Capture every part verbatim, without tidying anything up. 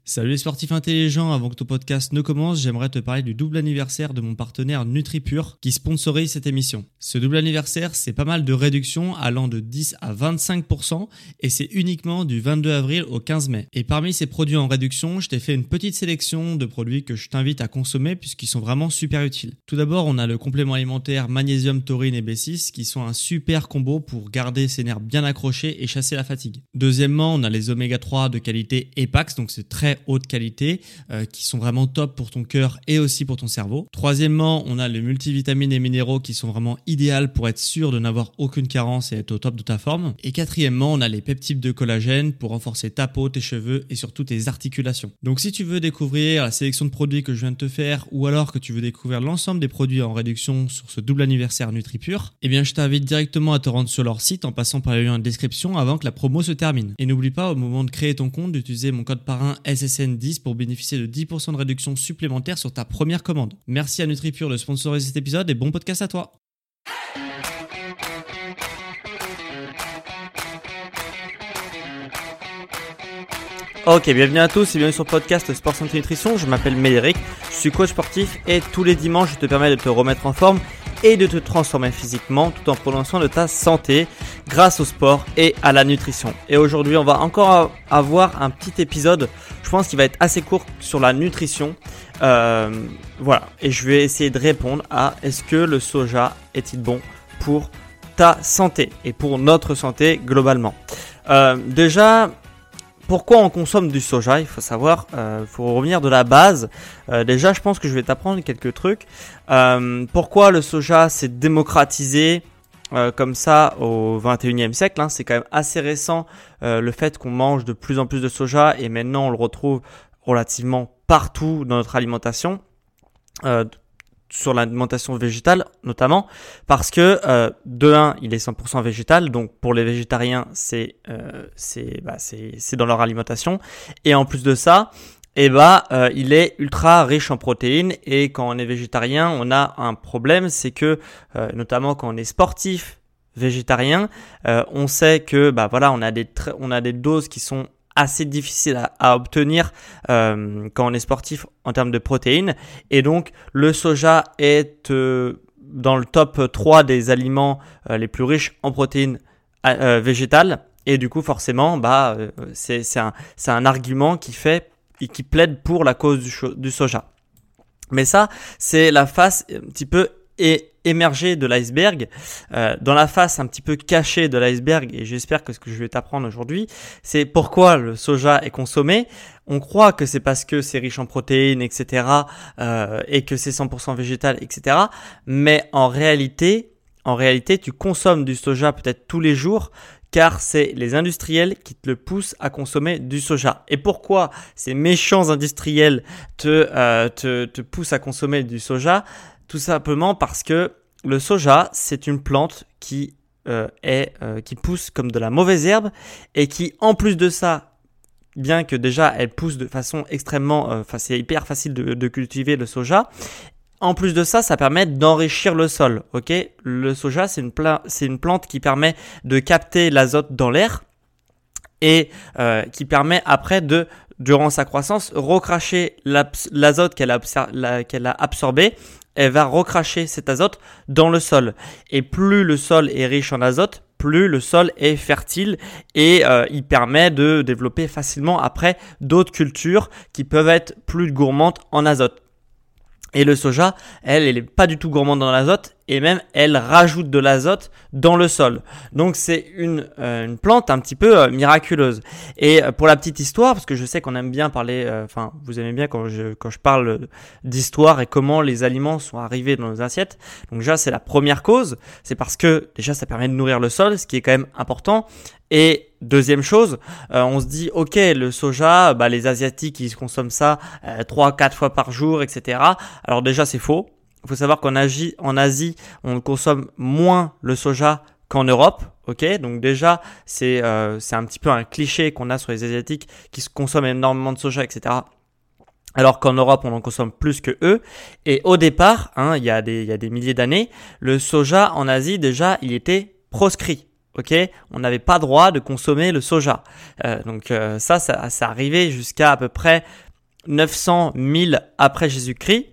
Salut les sportifs intelligents, avant que ton podcast ne commence, j'aimerais te parler du double anniversaire de mon partenaire NutriPure qui sponsorise cette émission. Ce double anniversaire, c'est pas mal de réductions allant de dix à vingt-cinq pour cent et c'est uniquement du vingt-deux avril au quinze mai. Et parmi ces produits en réduction, je t'ai fait une petite sélection de produits que je t'invite à consommer puisqu'ils sont vraiment super utiles. Tout d'abord, on a le complément alimentaire magnésium, taurine et B six qui sont un super combo pour garder ses nerfs bien accrochés et chasser la fatigue. Deuxièmement, on a les oméga trois de qualité Epax, donc c'est très haute qualité euh, qui sont vraiment top pour ton cœur et aussi pour ton cerveau. Troisièmement, on a les multivitamines et minéraux qui sont vraiment idéales pour être sûr de n'avoir aucune carence et être au top de ta forme. Et quatrièmement, on a les peptides de collagène pour renforcer ta peau, tes cheveux et surtout tes articulations. Donc si tu veux découvrir la sélection de produits que je viens de te faire ou alors que tu veux découvrir l'ensemble des produits en réduction sur ce double anniversaire NutriPure, eh bien je t'invite directement à te rendre sur leur site en passant par le lien de description avant que la promo se termine. Et n'oublie pas au moment de créer ton compte d'utiliser mon code parrain S S N dix pour bénéficier de dix pour cent de réduction supplémentaire sur ta première commande. Merci à NutriPure de sponsoriser cet épisode et bon podcast à toi. Ok, bienvenue à tous et bienvenue sur le podcast Sport Santé Nutrition. Je m'appelle Médéric, je suis coach sportif et tous les dimanches je te permets de te remettre en forme et de te transformer physiquement tout en prenant soin de ta santé grâce au sport et à la nutrition. Et aujourd'hui on va encore avoir un petit épisode, je pense qu'il va être assez court sur la nutrition. Euh, voilà, et je vais essayer de répondre à est-ce que le soja est-il bon pour ta santé et pour notre santé globalement. Euh, déjà, pourquoi on consomme du soja? Il faut savoir, il euh, faut revenir de la base. Euh, déjà, je pense que je vais t'apprendre quelques trucs. Euh, pourquoi le soja s'est démocratisé euh, comme ça au vingt et unième siècle, hein, c'est quand même assez récent euh, le fait qu'on mange de plus en plus de soja et maintenant on le retrouve relativement partout dans notre alimentation. Euh, sur l'alimentation végétale notamment parce que euh, de un il est cent pour cent végétal, donc pour les végétariens c'est euh, c'est bah c'est c'est dans leur alimentation, et en plus de ça et eh bah euh, il est ultra riche en protéines. Et quand on est végétarien on a un problème, c'est que euh, notamment quand on est sportif végétarien, euh, on sait que bah voilà on a des tra- on a des doses qui sont assez difficile à, à obtenir euh, quand on est sportif en termes de protéines, et donc le soja est euh, dans le top trois des aliments euh, les plus riches en protéines euh, végétales, et du coup forcément bah euh, c'est c'est un c'est un argument qui fait et qui plaide pour la cause du, du soja. Mais ça c'est la face un petit peu et émergé de l'iceberg. Euh, dans la face un petit peu cachée de l'iceberg, et j'espère que ce que je vais t'apprendre aujourd'hui, c'est pourquoi le soja est consommé. On croit que c'est parce que c'est riche en protéines, et cetera, euh, et que c'est cent pour cent végétal, et cetera. Mais en réalité, en réalité, tu consommes du soja peut-être tous les jours, car c'est les industriels qui te le poussent à consommer du soja. Et pourquoi ces méchants industriels te, euh, te, te poussent à consommer du soja? Tout simplement parce que le soja, c'est une plante qui euh, est euh, qui pousse comme de la mauvaise herbe, et qui, en plus de ça, bien que déjà elle pousse de façon extrêmement, enfin euh, c'est hyper facile de, de cultiver le soja. En plus de ça, ça permet d'enrichir le sol. Ok, le soja, c'est une pla- c'est une plante qui permet de capter l'azote dans l'air et euh, qui permet après de, durant sa croissance, recracher l'azote qu'elle a, la, qu'elle a absorbé. Elle va recracher cet azote dans le sol. Et plus le sol est riche en azote, plus le sol est fertile, et euh, il permet de développer facilement après d'autres cultures qui peuvent être plus gourmandes en azote. Et le soja, elle, elle est pas du tout gourmande en azote, et même elle rajoute de l'azote dans le sol. Donc c'est une, euh, une plante un petit peu euh, miraculeuse. Et euh, pour la petite histoire, parce que je sais qu'on aime bien parler, enfin euh, vous aimez bien quand je quand je parle d'histoire et comment les aliments sont arrivés dans nos assiettes. Donc déjà c'est la première cause, c'est parce que déjà ça permet de nourrir le sol, ce qui est quand même important. Et deuxième chose, euh, on se dit ok, le soja, bah les asiatiques ils consomment ça euh, trois quatre fois par jour, et cetera. Alors déjà c'est faux. Il faut savoir qu'en Asie, en Asie, on consomme moins le soja qu'en Europe. Ok, donc déjà c'est euh, c'est un petit peu un cliché qu'on a sur les asiatiques qui consomment énormément de soja, et cetera. Alors qu'en Europe, on en consomme plus que eux. Et au départ, hein, il y a des il y a des milliers d'années, le soja en Asie déjà, il était proscrit. ok, on n'avait pas droit de consommer le soja. Euh, donc euh, ça, ça, ça arrivait jusqu'à à peu près neuf cents mille après Jésus-Christ.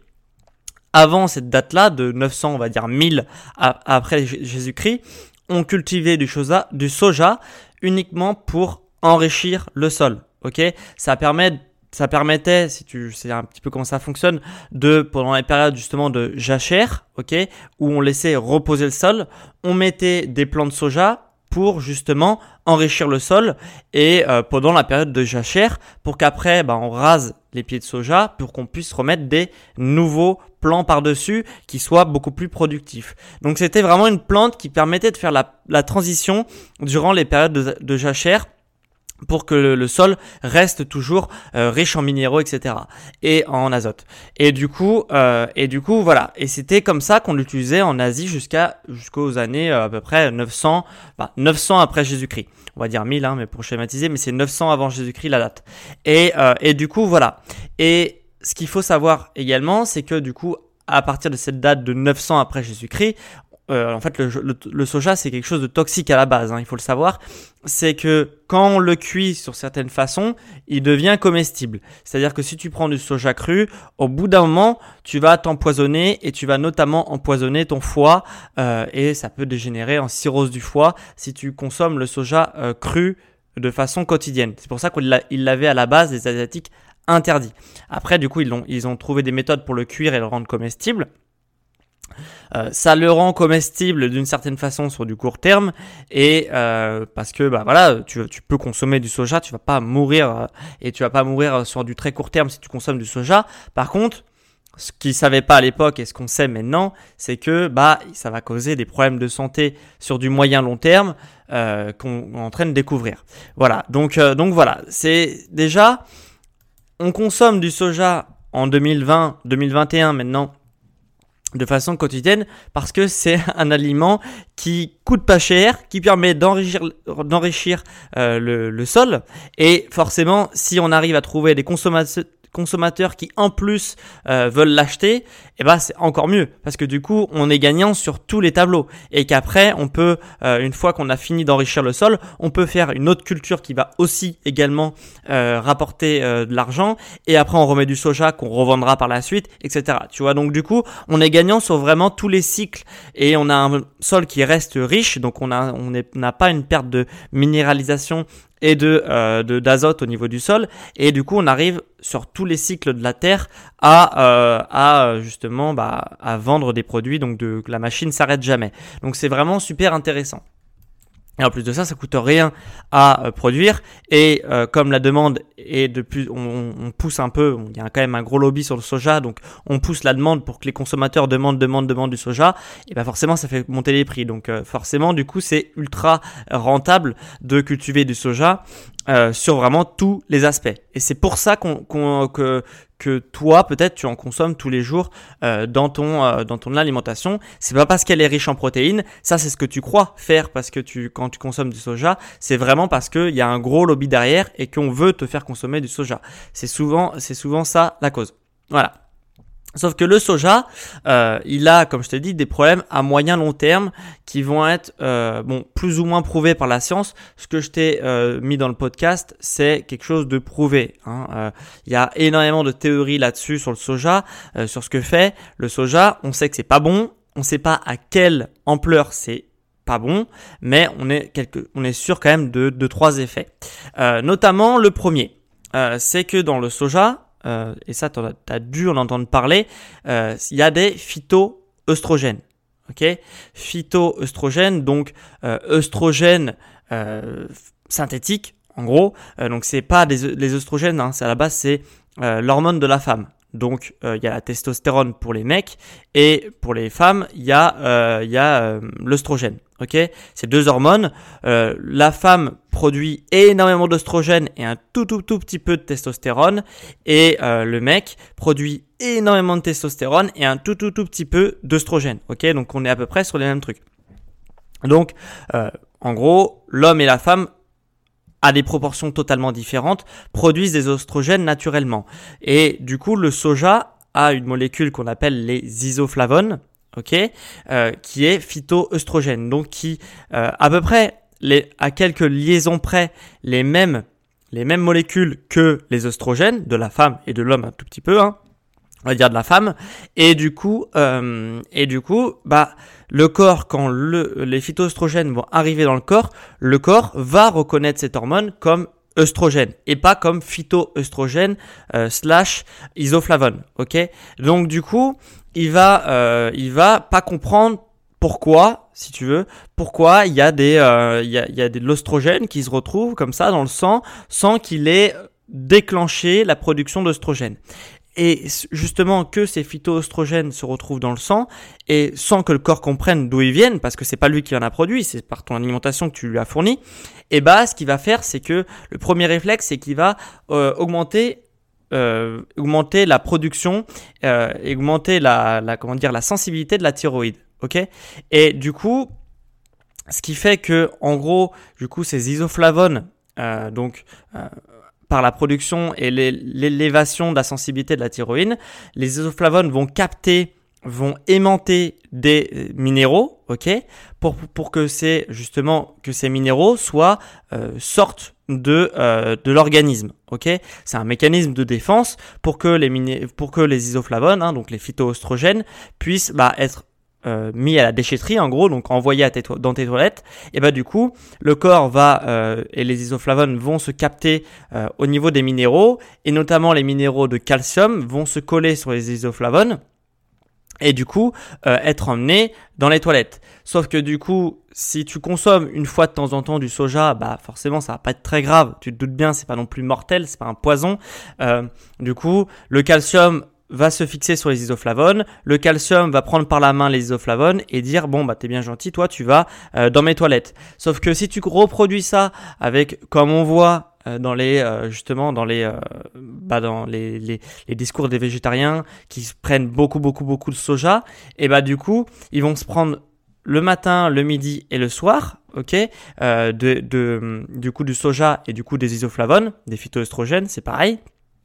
Avant cette date-là, de neuf cents, on va dire mille après Jésus-Christ, on cultivait du soja, du soja uniquement pour enrichir le sol. Ok, ça permet, ça permettait, si tu sais un petit peu comment ça fonctionne, de pendant les périodes justement de jachère, ok, où on laissait reposer le sol, on mettait des plants de soja pour justement enrichir le sol et euh, pendant la période de jachère pour qu'après bah, on rase les pieds de soja pour qu'on puisse remettre des nouveaux plants par-dessus qui soient beaucoup plus productifs. Donc c'était vraiment une plante qui permettait de faire la, la transition durant les périodes de, de jachère pour que le, le sol reste toujours euh, riche en minéraux, et cetera et en azote. Et du coup, euh, et du coup, voilà. Et c'était comme ça qu'on l'utilisait en Asie jusqu'à jusqu'aux années euh, à peu près neuf cents, bah, neuf cents après Jésus-Christ. On va dire mille, hein, mais pour schématiser, mais c'est neuf cents avant Jésus-Christ la date. Et euh, et du coup, voilà. Et ce qu'il faut savoir également, c'est que du coup, à partir de cette date de neuf cents après Jésus-Christ, Euh, en fait, le, le, le soja, c'est quelque chose de toxique à la base, hein, il faut le savoir. C'est que quand on le cuit sur certaines façons, il devient comestible. C'est-à-dire que si tu prends du soja cru, au bout d'un moment, tu vas t'empoisonner et tu vas notamment empoisonner ton foie euh, et ça peut dégénérer en cirrhose du foie si tu consommes le soja euh, cru de façon quotidienne. C'est pour ça qu'ils l'avaient à la base, les Asiatiques, interdit. Après, du coup, ils ont, ils ont trouvé des méthodes pour le cuire et le rendre comestible. Euh, ça le rend comestible d'une certaine façon sur du court terme et euh, parce que bah voilà tu, tu peux consommer du soja, tu vas pas mourir euh, et tu vas pas mourir sur du très court terme si tu consommes du soja. Par contre, ce qu'ils savaient pas à l'époque et ce qu'on sait maintenant, c'est que bah ça va causer des problèmes de santé sur du moyen long terme euh, qu'on est en train de découvrir. Voilà, donc euh, donc voilà, c'est déjà on consomme du soja en deux mille vingt, deux mille vingt et un maintenant de façon quotidienne parce que c'est un aliment qui coûte pas cher, qui permet d'enrichir, d'enrichir euh, le, le sol et forcément si on arrive à trouver des consommateurs consommateurs qui en plus euh, veulent l'acheter, et ben c'est encore mieux parce que du coup on est gagnant sur tous les tableaux et qu'après on peut euh, une fois qu'on a fini d'enrichir le sol, on peut faire une autre culture qui va aussi également euh, rapporter euh, de l'argent et après on remet du soja qu'on revendra par la suite, et cetera. Tu vois, donc du coup on est gagnant sur vraiment tous les cycles et on a un sol qui reste riche, donc on a on n'a pas une perte de minéralisation et de, euh, de d'azote au niveau du sol et du coup on arrive sur tous les cycles de la terre à euh, à justement bah à vendre des produits, donc de la machine s'arrête jamais, donc c'est vraiment super intéressant. Et en plus de ça, ça coûte rien à euh, produire et euh, comme la demande est de plus, on, on pousse un peu, il y a quand même un gros lobby sur le soja, donc on pousse la demande pour que les consommateurs demandent, demandent, demandent du soja, et ben forcément ça fait monter les prix. Donc euh, forcément du coup c'est ultra rentable de cultiver du soja euh, sur vraiment tous les aspects. Et c'est pour ça qu'on, qu'on que que toi peut-être tu en consommes tous les jours euh, dans ton euh, dans ton alimentation. C'est pas parce qu'elle est riche en protéines, ça c'est ce que tu crois faire parce que tu quand tu consommes du soja, c'est vraiment parce que il y a un gros lobby derrière et qu'on veut te faire consommer du soja. C'est souvent c'est souvent ça la cause. Voilà. Sauf que le soja, euh, il a, comme je t'ai dit, des problèmes à moyen long terme qui vont être euh, bon plus ou moins prouvés par la science. Ce que je t'ai euh, mis dans le podcast, c'est quelque chose de prouvé. Hein. Euh, il y a énormément de théories là-dessus sur le soja, euh, sur ce que fait le soja. On sait que c'est pas bon, on sait pas à quelle ampleur c'est pas bon, mais on est quelque, on est sûr quand même de, de trois effets. Euh, notamment le premier, euh, c'est que dans le soja, Euh, et ça tu as dû en entendre parler, euh, il y a des phytoœstrogènes. Ok, phytoœstrogènes, donc euh, œstrogènes euh, synthétiques en gros. Euh, donc c'est pas des les œstrogènes, hein, c'est à la base c'est euh, l'hormone de la femme. Donc il euh, y a la testostérone pour les mecs et pour les femmes il y a euh, il y a euh, l'œstrogène. Ok, ces deux hormones, euh, la femme produit énormément d'œstrogène et un tout tout tout petit peu de testostérone et euh, le mec produit énormément de testostérone et un tout tout tout petit peu d'œstrogène. Ok, donc on est à peu près sur les mêmes trucs. Donc euh, en gros, l'homme et la femme à des proportions totalement différentes, produisent des oestrogènes naturellement. Et du coup, le soja a une molécule qu'on appelle les isoflavones, ok, euh, qui est phytoœstrogène, donc qui euh, à peu près les, à quelques liaisons près les mêmes, les mêmes molécules que les œstrogènes de la femme et de l'homme un tout petit peu, hein, on va dire de la femme. Et du coup, euh, et du coup, bah, le corps, quand le, les phytoœstrogènes vont arriver dans le corps, le corps va reconnaître cette hormone comme œstrogène et pas comme phytoœstrogène euh, slash isoflavone, ok? Donc du coup, il va, euh, il va pas comprendre pourquoi, si tu veux, pourquoi il y a des, euh, il y a, il y a de l'œstrogène qui se retrouve comme ça dans le sang sans qu'il ait déclenché la production d'œstrogène. Et justement que ces phytoœstrogènes se retrouvent dans le sang et sans que le corps comprenne d'où ils viennent, parce que c'est pas lui qui en a produit, c'est par ton alimentation que tu lui as fourni, et bah ce qu'il va faire, c'est que le premier réflexe, c'est qu'il va euh, augmenter euh, augmenter la production, euh, augmenter la, la comment dire la sensibilité de la thyroïde, ok? Et du coup, ce qui fait que en gros, du coup, ces isoflavones, euh, donc euh, par la production et l'élévation de la sensibilité de la thyroïde, les isoflavones vont capter, vont aimanter des minéraux, ok, pour pour que ces justement que ces minéraux soient euh, sortent de euh, de l'organisme, ok. C'est un mécanisme de défense pour que les miné- pour que les isoflavones, hein, donc les phytoœstrogènes, puissent bah, être Euh, mis à la déchetterie en gros, donc envoyé à tes to- dans tes toilettes, et bah du coup le corps va euh, et les isoflavones vont se capter euh, au niveau des minéraux, et notamment les minéraux de calcium vont se coller sur les isoflavones et du coup euh, être emmenés dans les toilettes. Sauf que du coup, si tu consommes une fois de temps en temps du soja, bah forcément ça va pas être très grave, tu te doutes bien, c'est pas non plus mortel, c'est pas un poison. Euh, du coup le calcium va se fixer sur les isoflavones, le calcium va prendre par la main les isoflavones et dire bon bah t'es bien gentil, toi tu vas euh, dans mes toilettes. Sauf que si tu reproduis ça avec, comme on voit euh, dans les euh, justement dans les euh, bah dans les, les les discours des végétariens qui prennent beaucoup beaucoup beaucoup de soja, et bah du coup ils vont se prendre le matin, le midi et le soir, ok, euh, de de du coup du soja et du coup des isoflavones, des phytoœstrogènes, c'est pareil.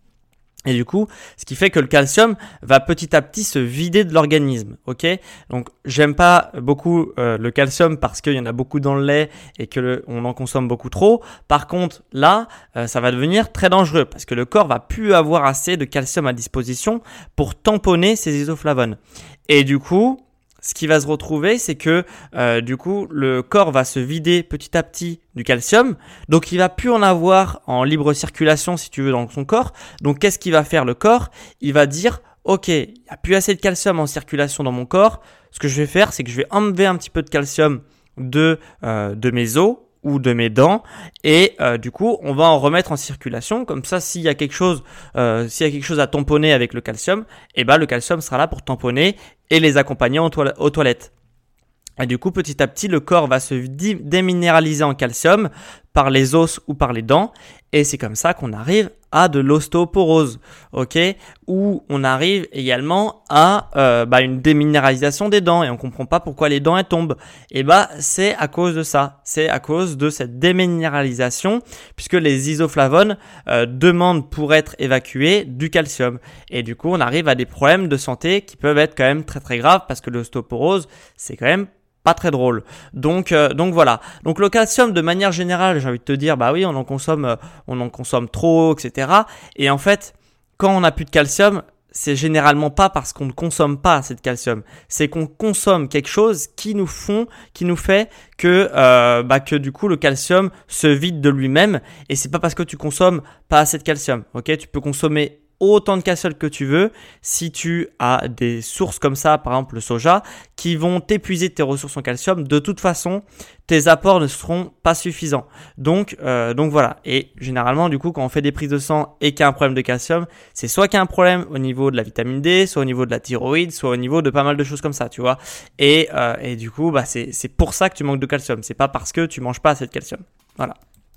Et du coup, ce qui fait que le calcium va petit à petit se vider de l'organisme, ok? Donc, j'aime pas beaucoup euh, le calcium parce qu'il y en a beaucoup dans le lait et que le, on en consomme beaucoup trop. Par contre, là, euh, ça va devenir très dangereux parce que le corps va plus avoir assez de calcium à disposition pour tamponner ces isoflavones. Et du coup, ce qui va se retrouver, c'est que euh, du coup, le corps va se vider petit à petit du calcium. Donc, il va plus en avoir en libre circulation, si tu veux, dans son corps. Donc, qu'est-ce qu'il va faire le corps? Il va dire, ok, il n'y a plus assez de calcium en circulation dans mon corps. Ce que je vais faire, c'est que je vais enlever un petit peu de calcium de, euh, de mes os ou de mes dents, et euh, du coup on va en remettre en circulation. Comme ça, s'il y a quelque chose euh, s'il y a quelque chose à tamponner avec le calcium, et ben le calcium sera là pour tamponner et les accompagner aux, toile- aux toilettes. Et du coup, petit à petit, le corps va se di- déminéraliser en calcium par les os ou par les dents, et c'est comme ça qu'on arrive à de l'ostéoporose, ok, où on arrive également à euh, bah, une déminéralisation des dents, et on comprend pas pourquoi les dents elles tombent. Et bah c'est à cause de ça, c'est à cause de cette déminéralisation, puisque les isoflavones euh, demandent pour être évacués du calcium, et du coup on arrive à des problèmes de santé qui peuvent être quand même très très graves, parce que l'ostéoporose c'est quand même pas très drôle. Donc euh, donc voilà. Donc le calcium, de manière générale, j'ai envie de te dire, bah oui, on en consomme euh, on en consomme trop, et cetera. Et en fait, quand on n'a plus de calcium, c'est généralement pas parce qu'on ne consomme pas assez de calcium, c'est qu'on consomme quelque chose qui nous font, qui nous fait que euh, bah que du coup le calcium se vide de lui-même. Et c'est pas parce que tu consommes pas assez de calcium. Ok, tu peux consommer autant de calcium que tu veux si tu as des sources comme ça, par exemple le soja, qui vont t'épuiser tes ressources en calcium. De toute façon, tes apports ne seront pas suffisants. Donc, euh, donc voilà. Et généralement, du coup, quand on fait des prises de sang et qu'il y a un problème de calcium, c'est soit qu'il y a un problème au niveau de la vitamine D, soit au niveau de la thyroïde, soit au niveau de pas mal de choses comme ça, tu vois. Et, euh, et du coup, bah, c'est, c'est pour ça que tu manques de calcium. C'est pas parce que tu manges pas assez de calcium. Voilà.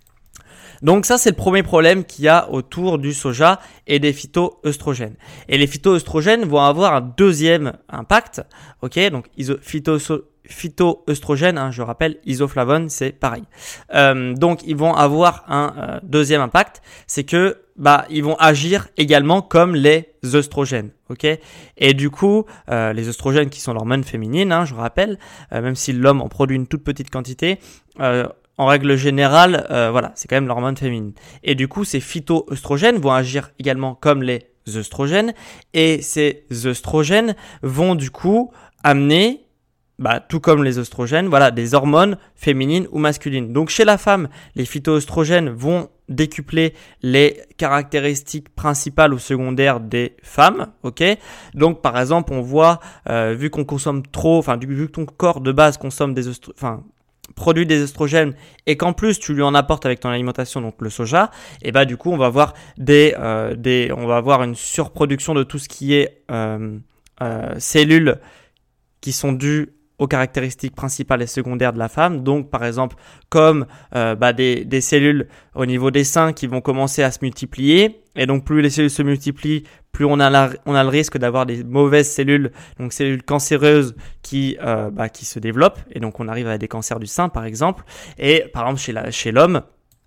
Donc ça, c'est le premier problème qu'il y a autour du soja et des phytoœstrogènes. Et les phytoœstrogènes vont avoir un deuxième impact, ok, donc iso- phyto phytoœstrogènes, hein, je rappelle, isoflavone, c'est pareil. Euh, donc ils vont avoir un euh, deuxième impact, c'est que bah ils vont agir également comme les œstrogènes, ok. Et du coup, euh, les œstrogènes qui sont l'hormone féminine, hein, je rappelle, euh, même si l'homme en produit une toute petite quantité, euh, en règle générale, euh, voilà, c'est quand même l'hormone féminine. Et du coup, ces phytoœstrogènes vont agir également comme les œstrogènes. Et ces œstrogènes vont du coup amener, bah, tout comme les œstrogènes, voilà, des hormones féminines ou masculines. Donc chez la femme, les phytoœstrogènes vont décupler les caractéristiques principales ou secondaires des femmes, ok. Donc par exemple, on voit, euh, vu qu'on consomme trop, enfin vu que ton corps de base consomme des œstro- enfin produit des œstrogènes et qu'en plus tu lui en apportes avec ton alimentation, donc le soja, et bah du coup on va avoir des, euh, des, on va avoir une surproduction de tout ce qui est euh, euh, cellules qui sont dues aux caractéristiques principales et secondaires de la femme. Donc, par exemple, comme euh, bah, des, des cellules au niveau des seins qui vont commencer à se multiplier. Et donc, plus les cellules se multiplient, plus on a, la, on a le risque d'avoir des mauvaises cellules, donc cellules cancéreuses qui, euh, bah, qui se développent. Et donc, on arrive à des cancers du sein, par exemple. Et par exemple, chez, la, chez l'homme,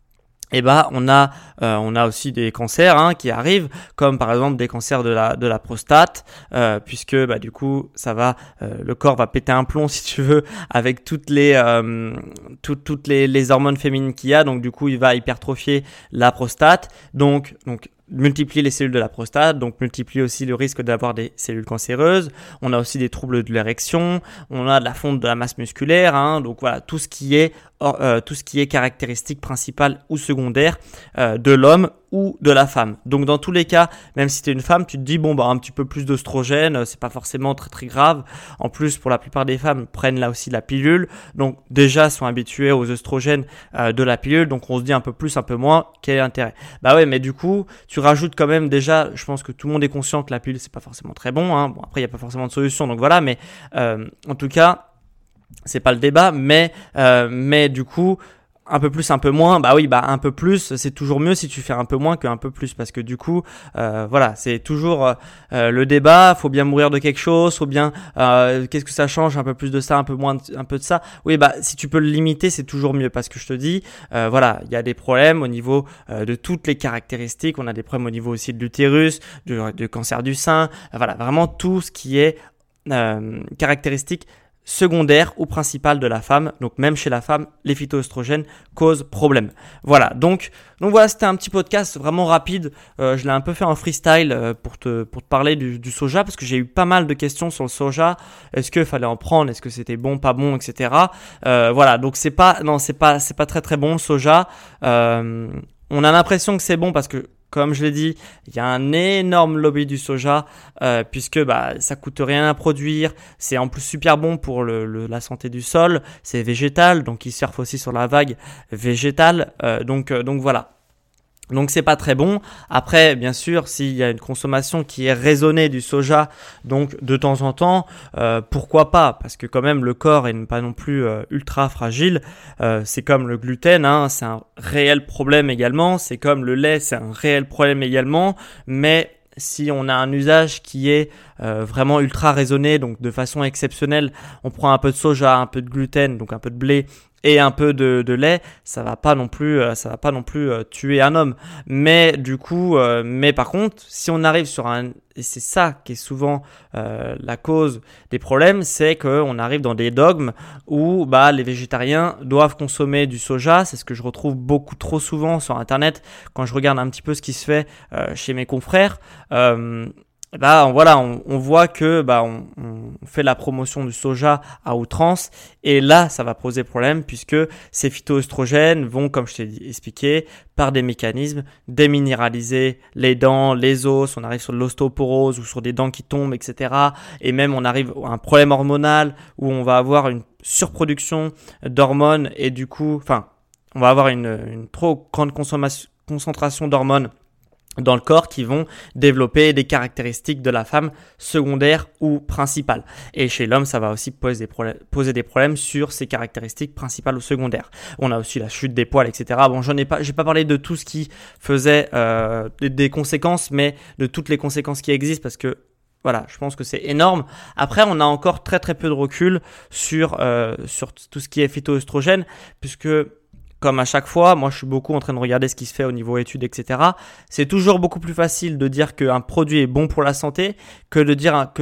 et bah on a euh, on a aussi des cancers hein, qui arrivent, comme par exemple des cancers de la de la prostate, euh, puisque bah du coup ça va euh, le corps va péter un plomb si tu veux avec toutes les euh, toutes toutes les les hormones féminines qu'il y a, donc du coup il va hypertrophier la prostate, donc donc multiplier les cellules de la prostate, donc multiplier aussi le risque d'avoir des cellules cancéreuses. On a aussi des troubles de l'érection, on a de la fonte de la masse musculaire, hein, donc voilà, tout ce qui est euh, tout ce qui est caractéristique principale ou secondaire euh, de l'homme ou de la femme. Donc dans tous les cas, même si tu es une femme, tu te dis bon bah un petit peu plus d'œstrogène, c'est pas forcément très très grave. En plus, pour la plupart des femmes, prennent là aussi la pilule, donc déjà sont habituées aux œstrogènes euh, de la pilule, donc on se dit un peu plus, un peu moins, quel est l'intérêt? Bah ouais, mais du coup, tu rajoutes quand même déjà, je pense que tout le monde est conscient que la pilule c'est pas forcément très bon, hein. Bon après il y a pas forcément de solution, donc voilà, mais euh, en tout cas c'est pas le débat, mais euh, mais du coup un peu plus, un peu moins, bah oui, bah un peu plus, c'est toujours mieux si tu fais un peu moins qu'un peu plus, parce que du coup, euh, voilà, c'est toujours euh, le débat. Faut bien mourir de quelque chose, faut bien, euh, qu'est-ce que ça change, un peu plus de ça, un peu moins, de, un peu de ça. Oui, bah si tu peux le limiter, c'est toujours mieux, parce que je te dis, euh, voilà, il y a des problèmes au niveau euh, de toutes les caractéristiques. On a des problèmes au niveau aussi de l'utérus, du, du cancer du sein, voilà, vraiment tout ce qui est euh, caractéristique secondaire ou principale de la femme. Donc même chez la femme, les phytoœstrogènes causent problème. Voilà, donc donc voilà, c'était un petit podcast vraiment rapide. Euh, je l'ai un peu fait en freestyle euh, pour te pour te parler du, du soja, parce que j'ai eu pas mal de questions sur le soja. Est-ce qu'il fallait en prendre? Est-ce que c'était bon, pas bon, et cetera. Euh, voilà, donc c'est pas non c'est pas c'est pas très très bon le soja. Euh, on a l'impression que c'est bon parce que, comme je l'ai dit, il y a un énorme lobby du soja, euh, puisque bah ça coûte rien à produire, c'est en plus super bon pour le, le, la santé du sol, c'est végétal, donc il surfe aussi sur la vague végétale, euh, donc euh, donc voilà. Donc c'est pas très bon. Après, bien sûr, s'il y a une consommation qui est raisonnée du soja, donc de temps en temps, euh, pourquoi pas? Parce que quand même le corps est pas non plus euh, ultra fragile. Euh, c'est comme le gluten, hein, c'est un réel problème également. C'est comme le lait, c'est un réel problème également. Mais si on a un usage qui est euh, vraiment ultra raisonné, donc de façon exceptionnelle, on prend un peu de soja, un peu de gluten, donc un peu de blé, et un peu de, de lait, ça va pas non plus, euh, ça va pas non plus euh, tuer un homme. Mais du coup, euh, mais par contre, si on arrive sur un, et c'est ça qui est souvent euh, la cause des problèmes, c'est que on arrive dans des dogmes où bah les végétariens doivent consommer du soja. C'est ce que je retrouve beaucoup trop souvent sur Internet quand je regarde un petit peu ce qui se fait euh, chez mes confrères. Euh, Bah voilà, on, on voit que bah on, on fait la promotion du soja à outrance, et là ça va poser problème, puisque ces phytoœstrogènes vont, comme je t'ai dit, expliqué, par des mécanismes déminéraliser les dents, les os. On arrive sur de l'ostéoporose ou sur des dents qui tombent, et cetera. Et même on arrive à un problème hormonal où on va avoir une surproduction d'hormones, et du coup, enfin, on va avoir une, une trop grande consommation, concentration d'hormones dans le corps qui vont développer des caractéristiques de la femme secondaires ou principales. Et chez l'homme, ça va aussi poser des problèmes, poser des problèmes sur ses caractéristiques principales ou secondaires. On a aussi la chute des poils, et cetera. Bon, j'en ai pas, j'ai pas parlé de tout ce qui faisait euh, des, des conséquences, mais de toutes les conséquences qui existent, parce que voilà, je pense que c'est énorme. Après, on a encore très très peu de recul sur euh, sur tout ce qui est phytoœstrogène, puisque comme à chaque fois, moi je suis beaucoup en train de regarder ce qui se fait au niveau études, et cetera. C'est toujours beaucoup plus facile de dire qu'un produit est bon pour la santé que de dire que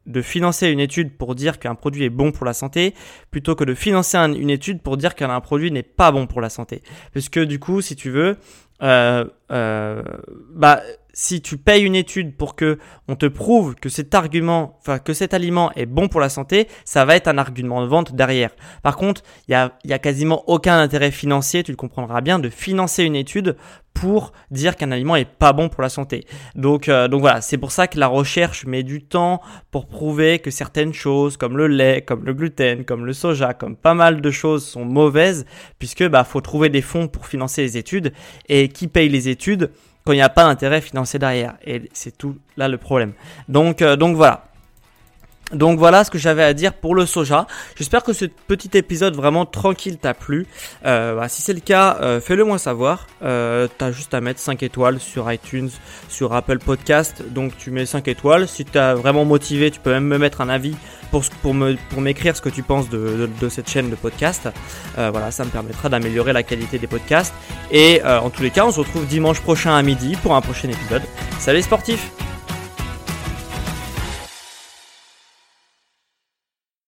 de financer une étude pour dire qu'un produit est bon pour la santé plutôt que de financer un, une étude pour dire qu'un produit n'est pas bon pour la santé. Parce que du coup, si tu veux, euh, euh, bah, si tu payes une étude pour que on te prouve que cet argument, enfin que cet aliment est bon pour la santé, ça va être un argument de vente derrière. Par contre, il y a, il y a quasiment aucun intérêt financier, tu le comprendras bien, de financer une étude pour dire qu'un aliment est pas bon pour la santé. Donc, euh, donc voilà, c'est pour ça que la recherche met du temps pour prouver que certaines choses, comme le lait, comme le gluten, comme le soja, comme pas mal de choses sont mauvaises, puisque bah faut trouver des fonds pour financer les études, et qui paye les études quand il n'y a pas d'intérêt financier derrière. Et c'est tout là le problème. Donc, euh, donc voilà. Donc voilà ce que j'avais à dire pour le soja. J'espère que ce petit épisode vraiment tranquille t'a plu. Euh, bah, si c'est le cas, euh, fais-le moi savoir. Euh, t'as juste à mettre cinq étoiles sur iTunes, sur Apple Podcast. Donc tu mets cinq étoiles. Si t'es vraiment motivé, tu peux même me mettre un avis pour, pour, me, pour m'écrire ce que tu penses de, de, de cette chaîne de podcast. Euh, voilà, ça me permettra d'améliorer la qualité des podcasts. Et euh, en tous les cas, on se retrouve dimanche prochain à midi pour un prochain épisode. Salut les sportifs!